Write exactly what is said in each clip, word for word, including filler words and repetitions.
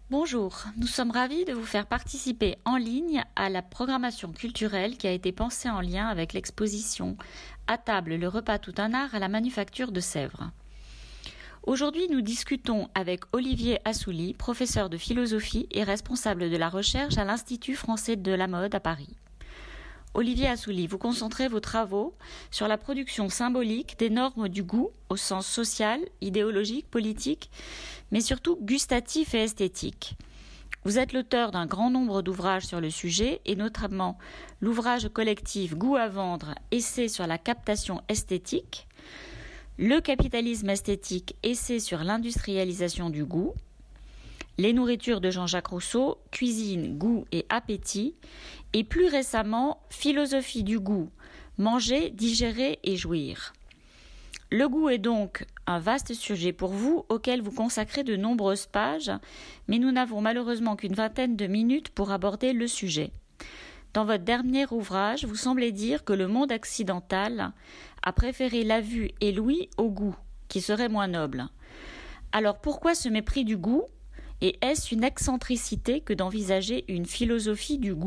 Bonjour, nous sommes ravis de vous faire participer en ligne à la programmation culturelle qui a été pensée en lien avec l'exposition À table, le repas tout un art à la Manufacture de Sèvres. Aujourd'hui, nous discutons avec Olivier Assouli, professeur de philosophie et responsable de la recherche à l'Institut français de la mode à Paris. Olivier Assouli, vous concentrez vos travaux sur la production symbolique des normes du goût au sens social, idéologique, politique, mais surtout gustatif et esthétique. Vous êtes l'auteur d'un grand nombre d'ouvrages sur le sujet, et notamment l'ouvrage collectif Goût à vendre, essai sur la captation esthétique, Le capitalisme esthétique, essai sur l'industrialisation du goût, Les nourritures de Jean-Jacques Rousseau, Cuisine, goût et appétit, et plus récemment Philosophie du goût, manger, digérer et jouir. Le goût est donc un vaste sujet pour vous, auquel vous consacrez de nombreuses pages, mais nous n'avons malheureusement qu'une vingtaine de minutes pour aborder le sujet. Dans votre dernier ouvrage, vous semblez dire que le monde occidental a préféré la vue et l'ouïe au goût, qui serait moins noble. Alors pourquoi ce mépris du goût, et est-ce une excentricité que d'envisager une philosophie du goût ?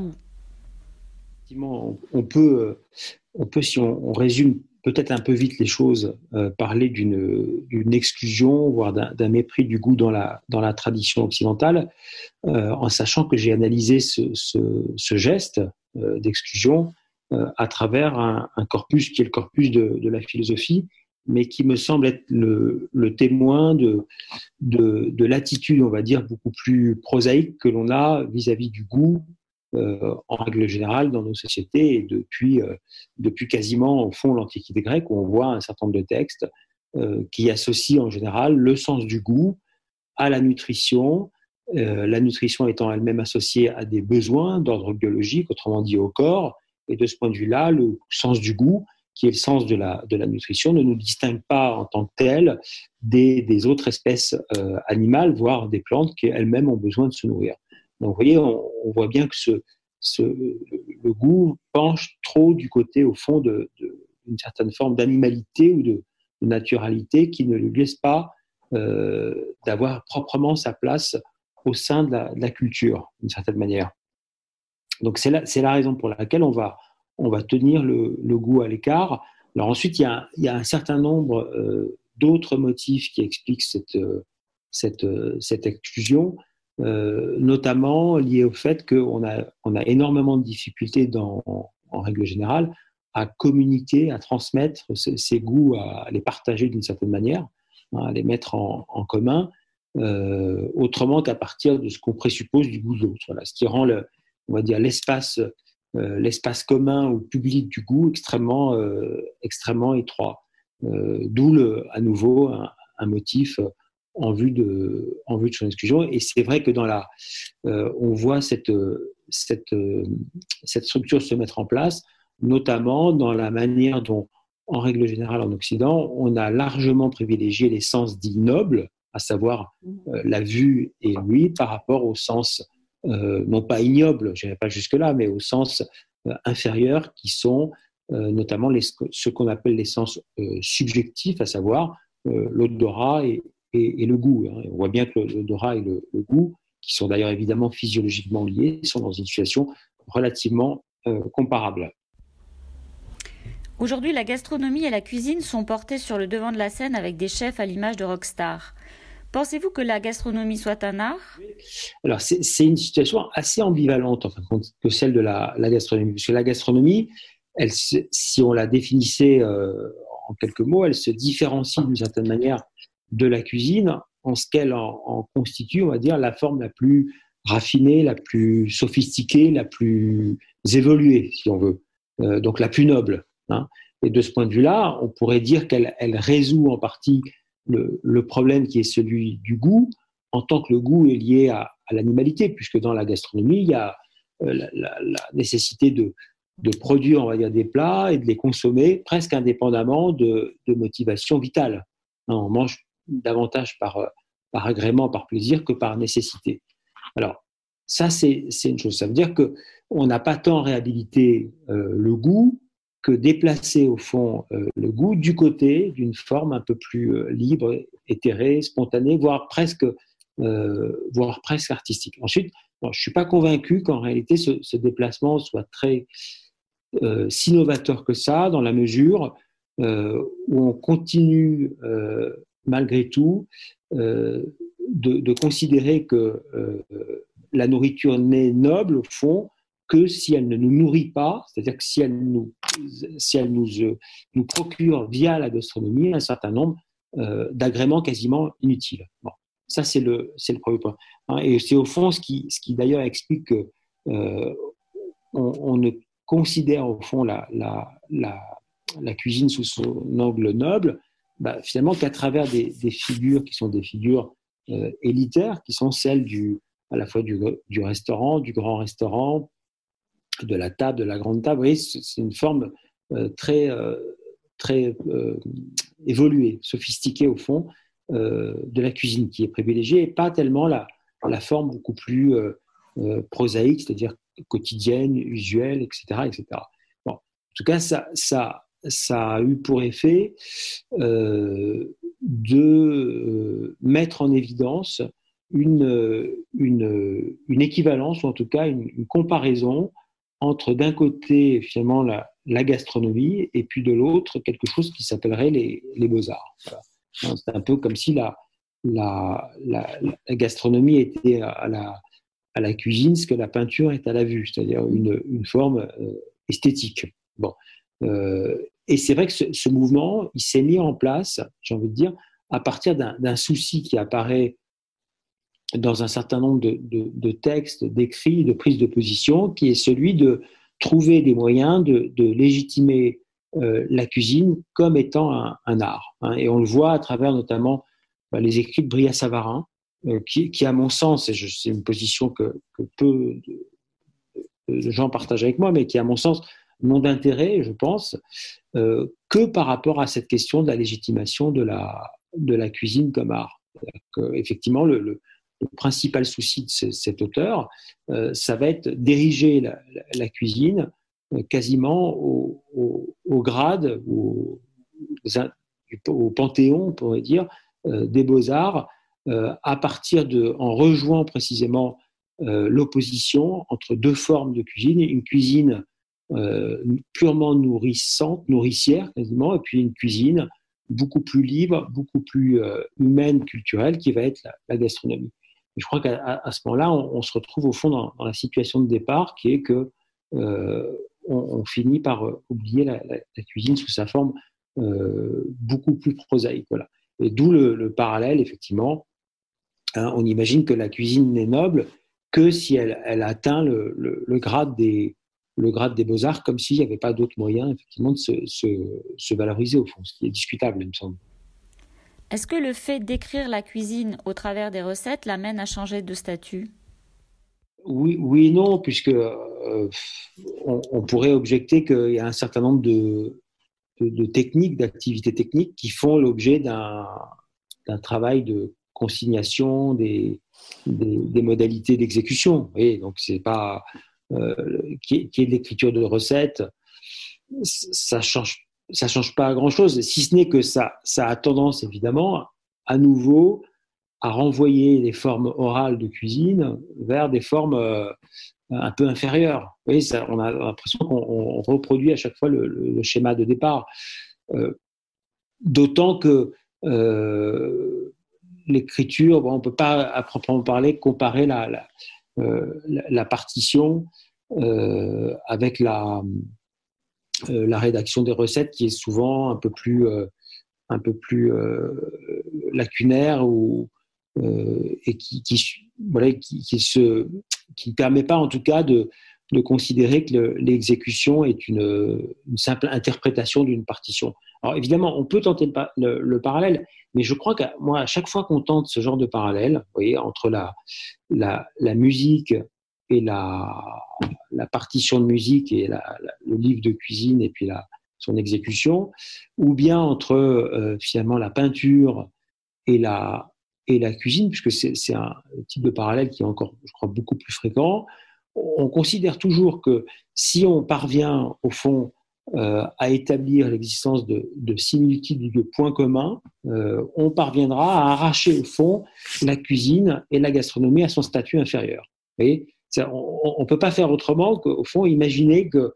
On peut, on peut, si on, on résume peut-être un peu vite les choses, euh, parler d'une, d'une exclusion, voire d'un, d'un mépris du goût dans la, dans la tradition occidentale, euh, en sachant que j'ai analysé ce, ce, ce geste euh, d'exclusion euh, à travers un, un corpus qui est le corpus de, de la philosophie, mais qui me semble être le, le témoin de, de, de l'attitude, on va dire, beaucoup plus prosaïque que l'on a vis-à-vis du goût, Euh, en règle générale dans nos sociétés et depuis, euh, depuis quasiment au fond l'Antiquité grecque où on voit un certain nombre de textes euh, qui associent en général le sens du goût à la nutrition, euh, la nutrition étant elle-même associée à des besoins d'ordre biologique, autrement dit au corps, et de ce point de vue-là, le sens du goût, qui est le sens de la, de la nutrition, ne nous distingue pas en tant que tel des, des autres espèces euh, animales, voire des plantes qui elles-mêmes ont besoin de se nourrir. Donc, vous voyez, on, on voit bien que ce, ce, le goût penche trop du côté, au fond, de, de, d'une certaine forme d'animalité ou de, de naturalité qui ne lui laisse pas euh, d'avoir proprement sa place au sein de la, de la culture, d'une certaine manière. Donc, c'est la, c'est la raison pour laquelle on va, on va tenir le, le goût à l'écart. Alors ensuite, il y a, il y a un certain nombre euh, d'autres motifs qui expliquent cette, cette, cette exclusion. Euh, notamment lié au fait qu'on a, on a énormément de difficultés dans, en règle générale à communiquer, à transmettre ces, ces goûts, à les partager d'une certaine manière, hein, à les mettre en, en commun, euh, autrement qu'à partir de ce qu'on présuppose du goût de l'autre. Voilà, ce qui rend le, on va dire, l'espace, euh, l'espace commun ou public du goût extrêmement, euh, extrêmement étroit. Euh, d'où le, à nouveau un, un motif en vue de, en vue de son exclusion. Et c'est vrai que dans la, euh, on voit cette, cette, cette structure se mettre en place, notamment dans la manière dont, en règle générale en Occident, on a largement privilégié les sens dits nobles, à savoir euh, la vue et l'ouïe, par rapport au sens, euh, non pas ignoble, je n'irai pas jusque-là, mais au sens euh, inférieur, qui sont euh, notamment les, ce qu'on appelle les sens euh, subjectifs, à savoir euh, l'odorat et Et, et le goût. Hein. On voit bien que l'odorat et le, le goût, qui sont d'ailleurs évidemment physiologiquement liés, sont dans une situation relativement euh, comparable. Aujourd'hui, la gastronomie et la cuisine sont portées sur le devant de la scène avec des chefs à l'image de rockstars. Pensez-vous que la gastronomie soit un art ? Alors, c'est, c'est une situation assez ambivalente, en fin de compte, que celle de la, la gastronomie. Parce que la gastronomie, elle, si on la définissait euh, en quelques mots, elle se différencie d'une certaine manière de la cuisine en ce qu'elle en, en constitue, on va dire, la forme la plus raffinée, la plus sophistiquée, la plus évoluée, si on veut, euh, donc la plus noble. Hein. Et de ce point de vue-là, on pourrait dire qu'elle elle résout en partie le, le problème qui est celui du goût, en tant que le goût est lié à, à l'animalité, puisque dans la gastronomie, il y a euh, la, la, la nécessité de, de produire, on va dire, des plats et de les consommer presque indépendamment de, de motivation vitale. Hein, on mange davantage par, par agrément, par plaisir que par nécessité. Alors, ça, c'est, c'est une chose. Ça veut dire qu'on n'a pas tant réhabilité euh, le goût que déplacer, au fond, euh, le goût du côté d'une forme un peu plus euh, libre, éthérée, spontanée, voire presque, euh, voire presque artistique. Ensuite, bon, je ne suis pas convaincu qu'en réalité ce, ce déplacement soit très euh, si novateur que ça, dans la mesure euh, où on continue euh, malgré tout euh, de, de considérer que euh, la nourriture n'est noble au fond que si elle ne nous nourrit pas, c'est-à-dire que si elle nous, si elle nous, euh, nous procure via la gastronomie un certain nombre euh, d'agréments quasiment inutiles. Bon, ça c'est le, c'est le premier point. Hein, et c'est au fond ce qui, ce qui d'ailleurs explique que euh, on, on ne considère au fond la, la, la, la cuisine sous son angle noble, bah, finalement qu'à travers des, des figures qui sont des figures euh, élitaires, qui sont celles du, à la fois du, du restaurant, du grand restaurant, de la table, de la grande table. Vous voyez, c'est une forme euh, très, euh, très euh, évoluée, sophistiquée au fond, euh, de la cuisine qui est privilégiée, et pas tellement la, la forme beaucoup plus euh, euh, prosaïque, c'est-à-dire quotidienne, usuelle, et cetera, et cetera. Bon, en tout cas, ça, ça, ça a eu pour effet euh, de euh, mettre en évidence une, une, une équivalence, ou en tout cas une, une comparaison entre d'un côté finalement la, la gastronomie et puis de l'autre quelque chose qui s'appellerait les, les beaux-arts. Voilà. C'est un peu comme si la, la, la, la gastronomie était à la, à la cuisine ce que la peinture est à la vue, c'est-à-dire une, une forme euh, esthétique. Bon. Euh, et c'est vrai que ce, ce mouvement, il s'est mis en place, j'ai envie de dire, à partir d'un, d'un souci qui apparaît dans un certain nombre de, de, de textes, d'écrits, de prises de position, qui est celui de trouver des moyens de, de légitimer euh, la cuisine comme étant un, un art. Hein. Et on le voit à travers notamment bah, les écrits de Brillat-Savarin, euh, qui, qui, à mon sens, et je, c'est une position que, que peu de, de gens partagent avec moi, mais qui, à mon sens, n'ont d'intérêt, je pense, euh, que par rapport à cette question de la légitimation de la, de la cuisine comme art. Que, effectivement, le, le Le principal souci de ce, cet auteur, euh, ça va être d'ériger la, la, la cuisine euh, quasiment au, au, au grade, au, au panthéon, on pourrait dire, euh, des beaux-arts, euh, à partir de, en rejoignant précisément euh, l'opposition entre deux formes de cuisine, une cuisine euh, purement nourrissante, nourricière quasiment, et puis une cuisine beaucoup plus libre, beaucoup plus euh, humaine, culturelle, qui va être la, la gastronomie. Et je crois qu'à à, à ce moment-là, on, on se retrouve au fond dans, dans la situation de départ, qui est que euh, on, on finit par euh, oublier la, la, la cuisine sous sa forme euh, beaucoup plus prosaïque. Voilà. Et d'où le, le parallèle, effectivement. Hein, on imagine que la cuisine n'est noble que si elle, elle atteint le, le, le grade des le grade des beaux-arts, comme s'il n'y avait pas d'autres moyens, effectivement, de se, se, se valoriser, au fond, ce qui est discutable, il me semble. Est-ce que le fait d'écrire la cuisine au travers des recettes l'amène à changer de statut ? Oui, oui et non, puisque euh, on, on pourrait objecter qu'il y a un certain nombre de, de, de techniques, d'activités techniques qui font l'objet d'un, d'un travail de consignation des, des, des modalités d'exécution. Et donc, c'est pas euh, qui, qui est de l'écriture de recettes, ça change, ça change pas grand-chose, si ce n'est que ça, ça a tendance évidemment à nouveau à renvoyer les formes orales de cuisine vers des formes euh, un peu inférieures. Vous voyez, ça, on a l'impression qu'on on reproduit à chaque fois le, le, le schéma de départ. Euh, d'autant que euh, l'écriture, bon, on ne peut pas à proprement parler comparer la, la, euh, la, la partition euh, avec la, euh, la rédaction des recettes qui est souvent un peu plus, euh, un peu plus euh, lacunaire ou Euh, et qui, qui, voilà, qui, qui, se, qui ne permet pas en tout cas de, de considérer que le, l'exécution est une, une simple interprétation d'une partition. Alors évidemment, on peut tenter le, le, le parallèle, mais je crois que moi, à chaque fois qu'on tente ce genre de parallèle, vous voyez, entre la, la, la musique et la, la partition de musique et la, la, le livre de cuisine et puis la, son exécution, ou bien entre euh, finalement la peinture et la et la cuisine, puisque c'est, c'est un type de parallèle qui est encore, je crois, beaucoup plus fréquent, on considère toujours que si on parvient, au fond, euh, à établir l'existence de, de similitudes, de points communs, euh, on parviendra à arracher au fond la cuisine et la gastronomie à son statut inférieur. Vous voyez, on ne peut pas faire autrement qu'au fond imaginer que,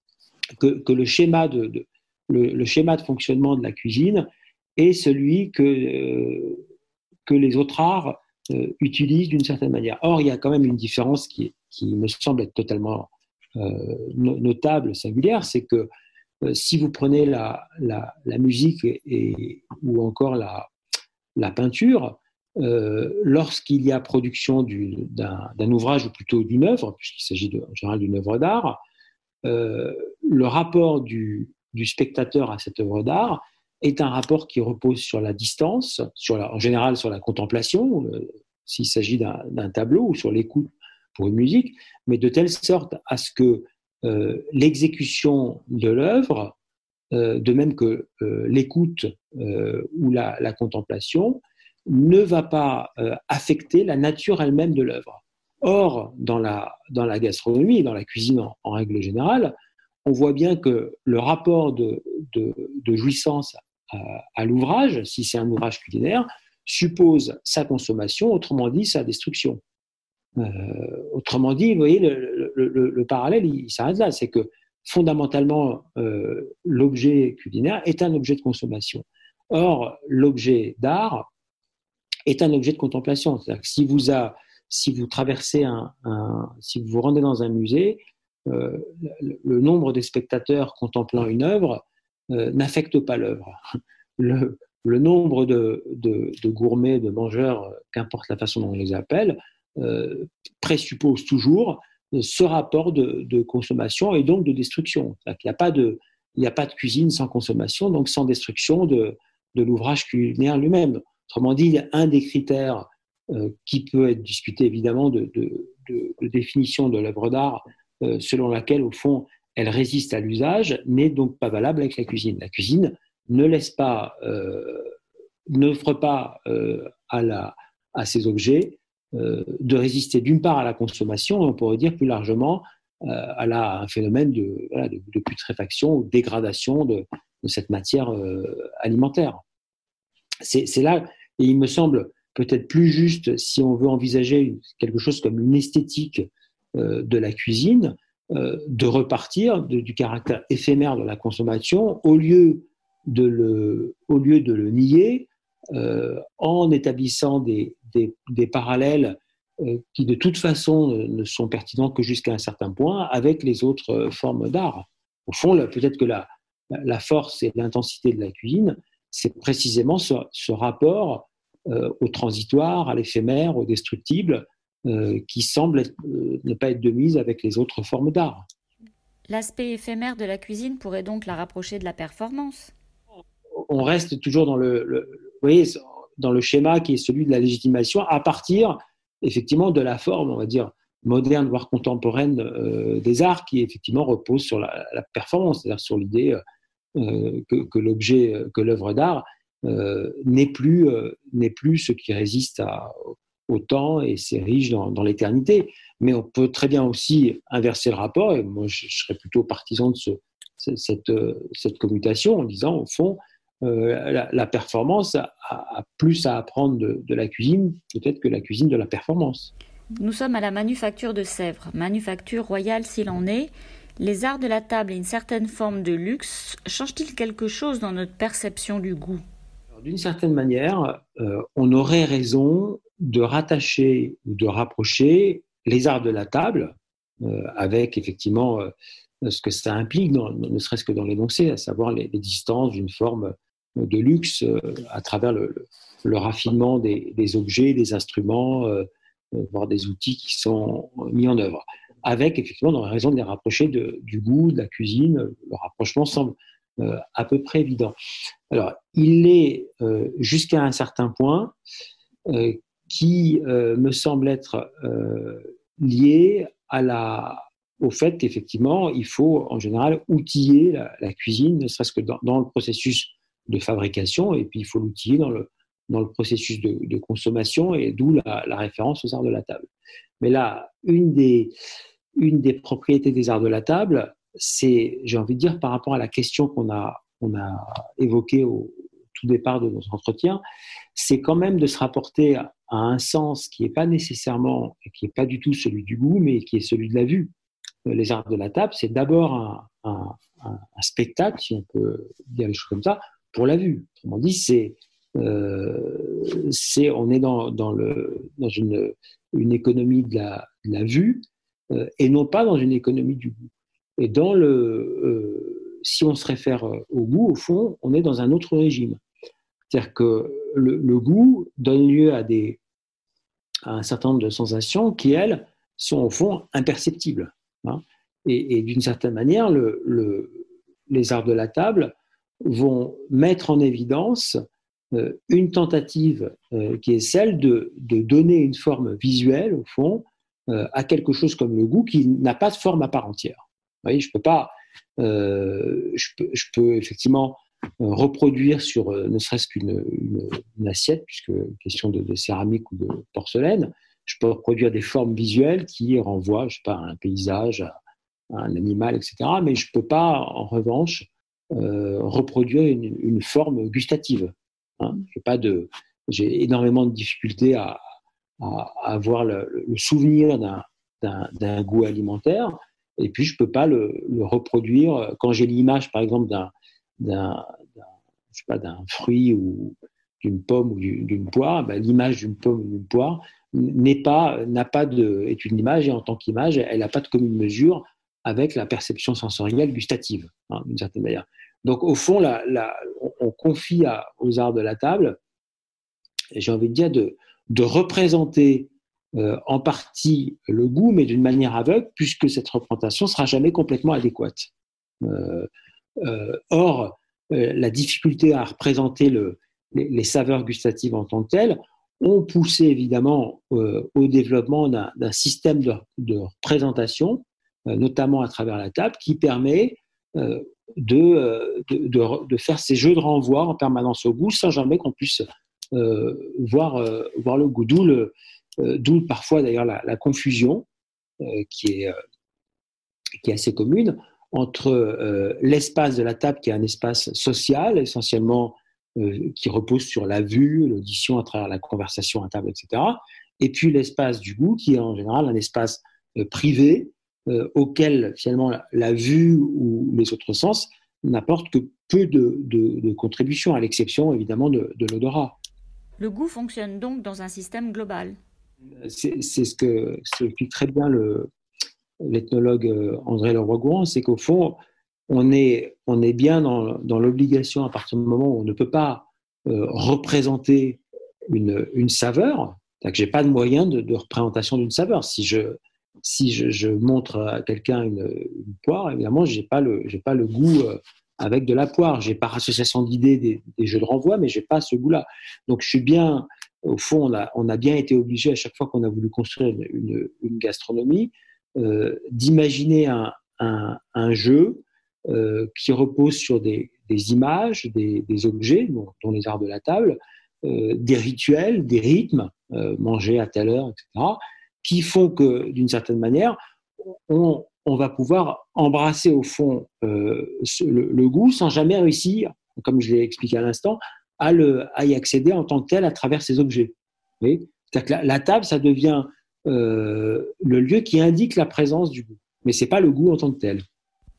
que, que le, schéma de, de, le, le schéma de fonctionnement de la cuisine est celui que, euh, que les autres arts euh, utilisent d'une certaine manière. Or, il y a quand même une différence qui, qui me semble être totalement euh, notable, singulière, c'est que euh, si vous prenez la, la, la musique et, et, ou encore la, la peinture, Euh, lorsqu'il y a production du, d'un, d'un ouvrage ou plutôt d'une œuvre, puisqu'il s'agit de, en général d'une œuvre d'art, euh, le rapport du, du spectateur à cette œuvre d'art est un rapport qui repose sur la distance, sur la, en général sur la contemplation, euh, s'il s'agit d'un, d'un tableau, ou sur l'écoute pour une musique, mais de telle sorte à ce que euh, l'exécution de l'œuvre, euh, de même que euh, l'écoute euh, ou la, la contemplation, ne va pas euh, affecter la nature elle-même de l'œuvre. Or, dans la, dans la gastronomie, dans la cuisine en, en règle générale, on voit bien que le rapport de, de, de jouissance à, à l'ouvrage, si c'est un ouvrage culinaire, suppose sa consommation, autrement dit sa destruction. Euh, autrement dit, vous voyez, le, le, le, le parallèle, il, il s'arrête là, c'est que fondamentalement, euh, l'objet culinaire est un objet de consommation. Or, l'objet d'art est un objet de contemplation. C'est-à-dire que si vous, a, si vous traversez un, un, si vous vous rendez dans un musée, euh, le, le nombre de spectateurs contemplant une œuvre euh, n'affecte pas l'œuvre. Le, le nombre de, de, de gourmets, de mangeurs, qu'importe la façon dont on les appelle, euh, présuppose toujours ce rapport de, de consommation et donc de destruction. C'est-à-dire qu'il n'y a pas de, il n'y a pas de cuisine sans consommation, donc sans destruction de, de l'ouvrage culinaire lui-même. Autrement dit, un des critères euh, qui peut être discuté évidemment de, de, de, de définition de l'œuvre d'art, euh, selon laquelle, au fond, elle résiste à l'usage, n'est donc pas valable avec la cuisine. La cuisine ne laisse pas, euh, n'offre pas euh, à, la, à ces objets euh, de résister d'une part à la consommation, et on pourrait dire plus largement euh, à, la, à un phénomène de, voilà, de, de putréfaction ou de dégradation de, de cette matière euh, alimentaire. C'est, c'est là, et il me semble peut-être plus juste, si on veut envisager quelque chose comme une esthétique euh, de la cuisine, euh, de repartir de, du caractère éphémère de la consommation au lieu de le, au lieu de le nier euh, en établissant des, des, des parallèles euh, qui de toute façon ne, ne sont pertinents que jusqu'à un certain point avec les autres formes d'art. Au fond, là, peut-être que la, la force et l'intensité de la cuisine, c'est précisément ce, ce rapport euh, au transitoire, à l'éphémère, au destructible, euh, qui semble être, euh, ne pas être de mise avec les autres formes d'art. L'aspect éphémère de la cuisine pourrait donc la rapprocher de la performance. On reste toujours dans le, le, vous voyez, dans le schéma qui est celui de la légitimation, à partir effectivement de la forme, on va dire, moderne, voire contemporaine euh, des arts, qui effectivement repose sur la, la performance, c'est-à-dire sur l'idée euh, Euh, que, que l'objet, que l'œuvre d'art euh, n'est plus euh, n'est plus ce qui résiste à, au temps et s'érige dans, dans l'éternité. Mais on peut très bien aussi inverser le rapport. Et moi, je, je serais plutôt partisan de ce, cette cette commutation en disant au fond euh, la, la performance a, a plus à apprendre de, de la cuisine peut-être que la cuisine de la performance. Nous sommes à la manufacture de Sèvres, manufacture royale s'il en est. Les arts de la table et une certaine forme de luxe changent-ils quelque chose dans notre perception du goût ? Alors, d'une certaine manière, euh, on aurait raison de rattacher ou de rapprocher les arts de la table euh, avec effectivement euh, ce que ça implique, dans, ne serait-ce que dans l'énoncé, à savoir les, les distances d'une forme de luxe euh, à travers le, le, le raffinement des, des objets, des instruments, euh, voire des outils qui sont mis en œuvre. Avec, effectivement, on a raison de les rapprocher de, du goût, de la cuisine. Le rapprochement semble euh, à peu près évident. Alors, il est euh, jusqu'à un certain point euh, qui euh, me semble être euh, lié à la, au fait qu'effectivement, il faut en général outiller la, la cuisine, ne serait-ce que dans, dans le processus de fabrication, et puis il faut l'outiller dans le, dans le processus de, de consommation, et d'où la, la référence aux arts de la table. Mais là, une des, une des propriétés des arts de la table c'est, j'ai envie de dire, par rapport à la question qu'on a, on a évoquée au tout départ de notre entretien, c'est quand même de se rapporter à un sens qui n'est pas nécessairement, qui n'est pas du tout celui du goût, mais qui est celui de la vue. Les arts de la table, c'est d'abord un, un, un spectacle, si on peut dire les choses comme ça, pour la vue. Autrement dit, c'est, euh, c'est on est dans, dans, le, dans une, une économie de la, de la vue euh, et non pas dans une économie du goût. Et dans le, euh, si on se réfère au goût, au fond, on est dans un autre régime. C'est-à-dire que le, le goût donne lieu à, des, à un certain nombre de sensations qui, elles, sont au fond imperceptibles. Hein. Et, et d'une certaine manière, le, le, les arts de la table vont mettre en évidence euh, une tentative euh, qui est celle de, de donner une forme visuelle, au fond, euh, à quelque chose comme le goût qui n'a pas de forme à part entière. Vous voyez, je peux pas, euh, je peux, je peux effectivement reproduire sur euh, ne serait-ce qu'une une, une assiette, puisque question de, de céramique ou de porcelaine, je peux reproduire des formes visuelles qui renvoient, je sais pas, à un paysage, à, à un animal, et cetera. Mais je peux pas, en revanche, euh, reproduire une, une forme gustative. Hein. J'ai pas de, j'ai énormément de difficultés à, à, à avoir le, le souvenir d'un, d'un, d'un goût alimentaire. Et puis, je peux pas le, le reproduire quand j'ai l'image, par exemple, d'un D'un, d'un, je sais pas, d'un fruit ou d'une pomme ou d'une poire, ben, l'image d'une pomme ou d'une poire n'est pas, n'a pas de, est une image et en tant qu'image, elle n'a pas de commune mesure avec la perception sensorielle gustative, hein, d'une certaine manière. Donc, au fond, la, la, on, on confie à, aux arts de la table, et j'ai envie de dire, de, de représenter euh, en partie le goût, mais d'une manière aveugle, puisque cette représentation ne sera jamais complètement adéquate. Euh, Euh, or, euh, la difficulté à représenter le, les, les saveurs gustatives en tant que telles ont poussé évidemment euh, au développement d'un, d'un système de, de représentation, euh, notamment à travers la table, qui permet euh, de, de, de, de faire ces jeux de renvoi en permanence au goût sans jamais qu'on puisse euh, voir, euh, voir le goût. D'où, le, euh, d'où parfois d'ailleurs la, la confusion euh, qui est, euh, qui est assez commune entre euh, l'espace de la table, qui est un espace social, essentiellement, euh, qui repose sur la vue, l'audition à travers la conversation à table, et cetera, et puis l'espace du goût, qui est en général un espace euh, privé, euh, auquel, finalement, la, la vue ou les autres sens n'apportent que peu de, de, de contributions, à l'exception, évidemment, de, de l'odorat. Le goût fonctionne donc dans un système global. C'est, c'est ce que ce explique très bien le l'ethnologue André Leroi-Gourhan, c'est qu'au fond, on est, on est bien dans, dans l'obligation, à partir du moment où on ne peut pas euh, représenter une, une saveur, c'est-à-dire que je n'ai pas de moyen de, de représentation d'une saveur. Si je, si je, je montre à quelqu'un une, une poire, évidemment, je n'ai pas, pas le goût euh, avec de la poire. J'ai par association d'idées des, des jeux de renvoi, mais je n'ai pas ce goût-là. Donc, je suis bien, au fond, on a, on a bien été obligé, à chaque fois qu'on a voulu construire une, une, une gastronomie, Euh, d'imaginer un, un, un jeu euh, qui repose sur des, des images, des, des objets, dont, dont les arts de la table, euh, des rituels, des rythmes, euh, manger à telle heure, et cetera, qui font que, d'une certaine manière, on, on va pouvoir embrasser au fond euh, ce, le, le goût sans jamais réussir, comme je l'ai expliqué à l'instant, à, le, à y accéder en tant que tel à travers ces objets. Vous voyez ? C'est-à-dire que la, la table, ça devient Euh, le lieu qui indique la présence du goût. Mais ce n'est pas le goût en tant que tel.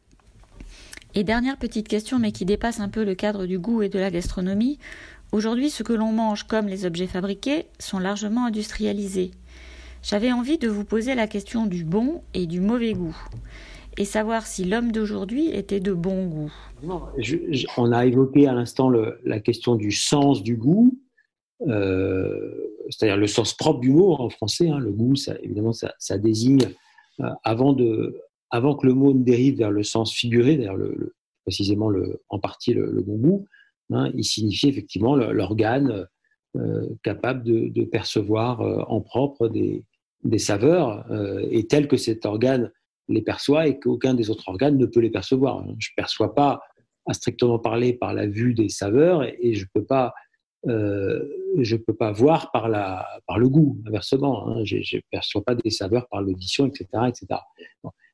Et dernière petite question, mais qui dépasse un peu le cadre du goût et de la gastronomie. Aujourd'hui, ce que l'on mange comme les objets fabriqués sont largement industrialisés. J'avais envie de vous poser la question du bon et du mauvais goût, et savoir si l'homme d'aujourd'hui était de bon goût. Non, je, je, on a évoqué à l'instant le, la question du sens du goût. Euh, c'est-à-dire le sens propre du mot en français, hein, le goût, ça, évidemment, ça, ça désigne, euh, avant, de, avant que le mot ne dérive vers le sens figuré, d'ailleurs le, le, précisément le, en partie le, le bon goût, hein, il signifie effectivement le, l'organe euh, capable de, de percevoir euh, en propre des, des saveurs, euh, et tel que cet organe les perçoit et qu'aucun des autres organes ne peut les percevoir. Je ne perçois pas, à strictement parler, par la vue des saveurs, et, et je ne peux pas Euh, je ne peux pas voir par, la, par le goût, inversement. Hein. Je ne perçois pas des saveurs par l'audition, et cetera et cetera. Bon.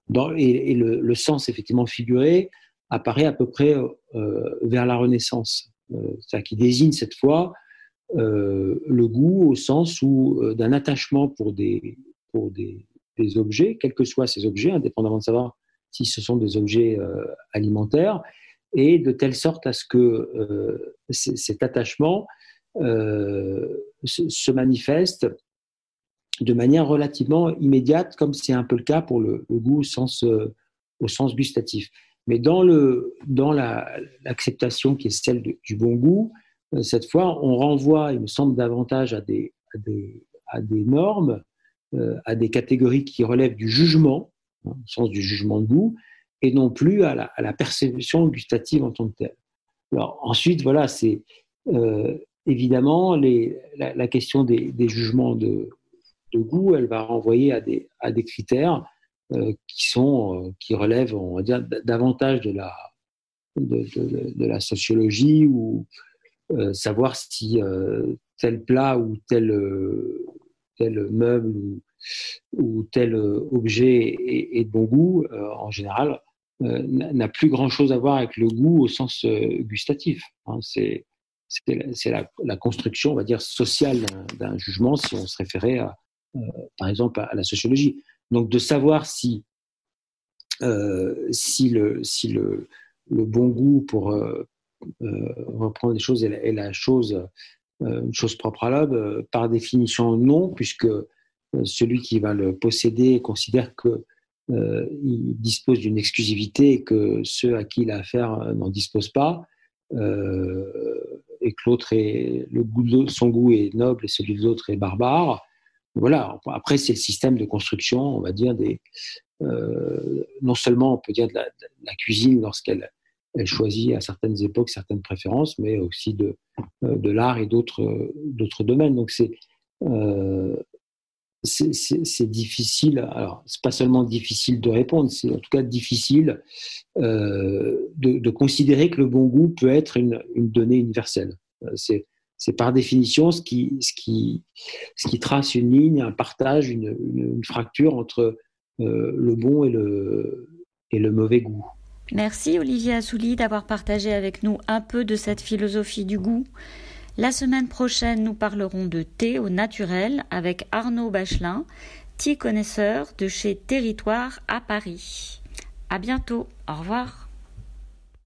dans, et, et le, le sens effectivement figuré apparaît à peu près euh, vers la Renaissance, euh, c'est-à-dire qui désigne cette fois euh, le goût au sens où euh, d'un attachement pour des pour des, des objets, quels que soient ces objets, indépendamment de savoir si ce sont des objets euh, alimentaires, et de telle sorte à ce que euh, cet attachement euh, se, se manifeste de manière relativement immédiate, comme c'est un peu le cas pour le, le goût au sens, euh, au sens gustatif. Mais dans, le, dans la, l'acceptation qui est celle de, du bon goût, euh, cette fois, on renvoie, il me semble, davantage à des, à des, à des normes, euh, à des catégories qui relèvent du jugement, hein, au sens du jugement de goût, et non plus à la, à la perception gustative en tant que telle. Alors, ensuite, voilà, c'est euh, évidemment les, la, la question des, des jugements de, de goût, elle va renvoyer à des, à des critères euh, qui sont, euh, qui relèvent, on va dire, davantage de la, de, de, de la sociologie, ou euh, savoir si euh, tel plat ou tel, euh, tel meuble ou, ou tel objet est, est de bon goût, euh, en général, euh, n'a plus grand-chose à voir avec le goût au sens euh, gustatif. Hein. C'est, c'est, c'est la, la construction, on va dire, sociale d'un, d'un jugement, si on se référait à, euh, par exemple, à la sociologie. Donc, de savoir si, euh, si, le, si le, le bon goût, pour euh, euh, reprendre les choses, est la, est la chose, euh, une chose propre à l'homme, euh, par définition, non, puisque euh, celui qui va le posséder considère que euh, il dispose d'une exclusivité et que ceux à qui il a affaire euh, n'en disposent pas, euh, et que l'autre est, le goût de, son goût est noble et celui de l'autre est barbare. Voilà. Après, c'est le système de construction, on va dire, des, euh, non seulement on peut dire de la, de la cuisine lorsqu'elle elle choisit à certaines époques certaines préférences, mais aussi de, de l'art et d'autres, d'autres domaines. Donc c'est, euh, c'est, c'est, c'est difficile. Alors c'est pas seulement difficile de répondre, c'est en tout cas difficile euh, de, de considérer que le bon goût peut être une, une donnée universelle. C'est C'est par définition ce qui, ce, qui, ce qui trace une ligne, un partage, une, une, une fracture entre euh, le bon et le, et le mauvais goût. Merci Olivier Assouli d'avoir partagé avec nous un peu de cette philosophie du goût. La semaine prochaine, nous parlerons de thé au naturel avec Arnaud Bachelin, thé connaisseur de chez Territoire à Paris. À bientôt, au revoir.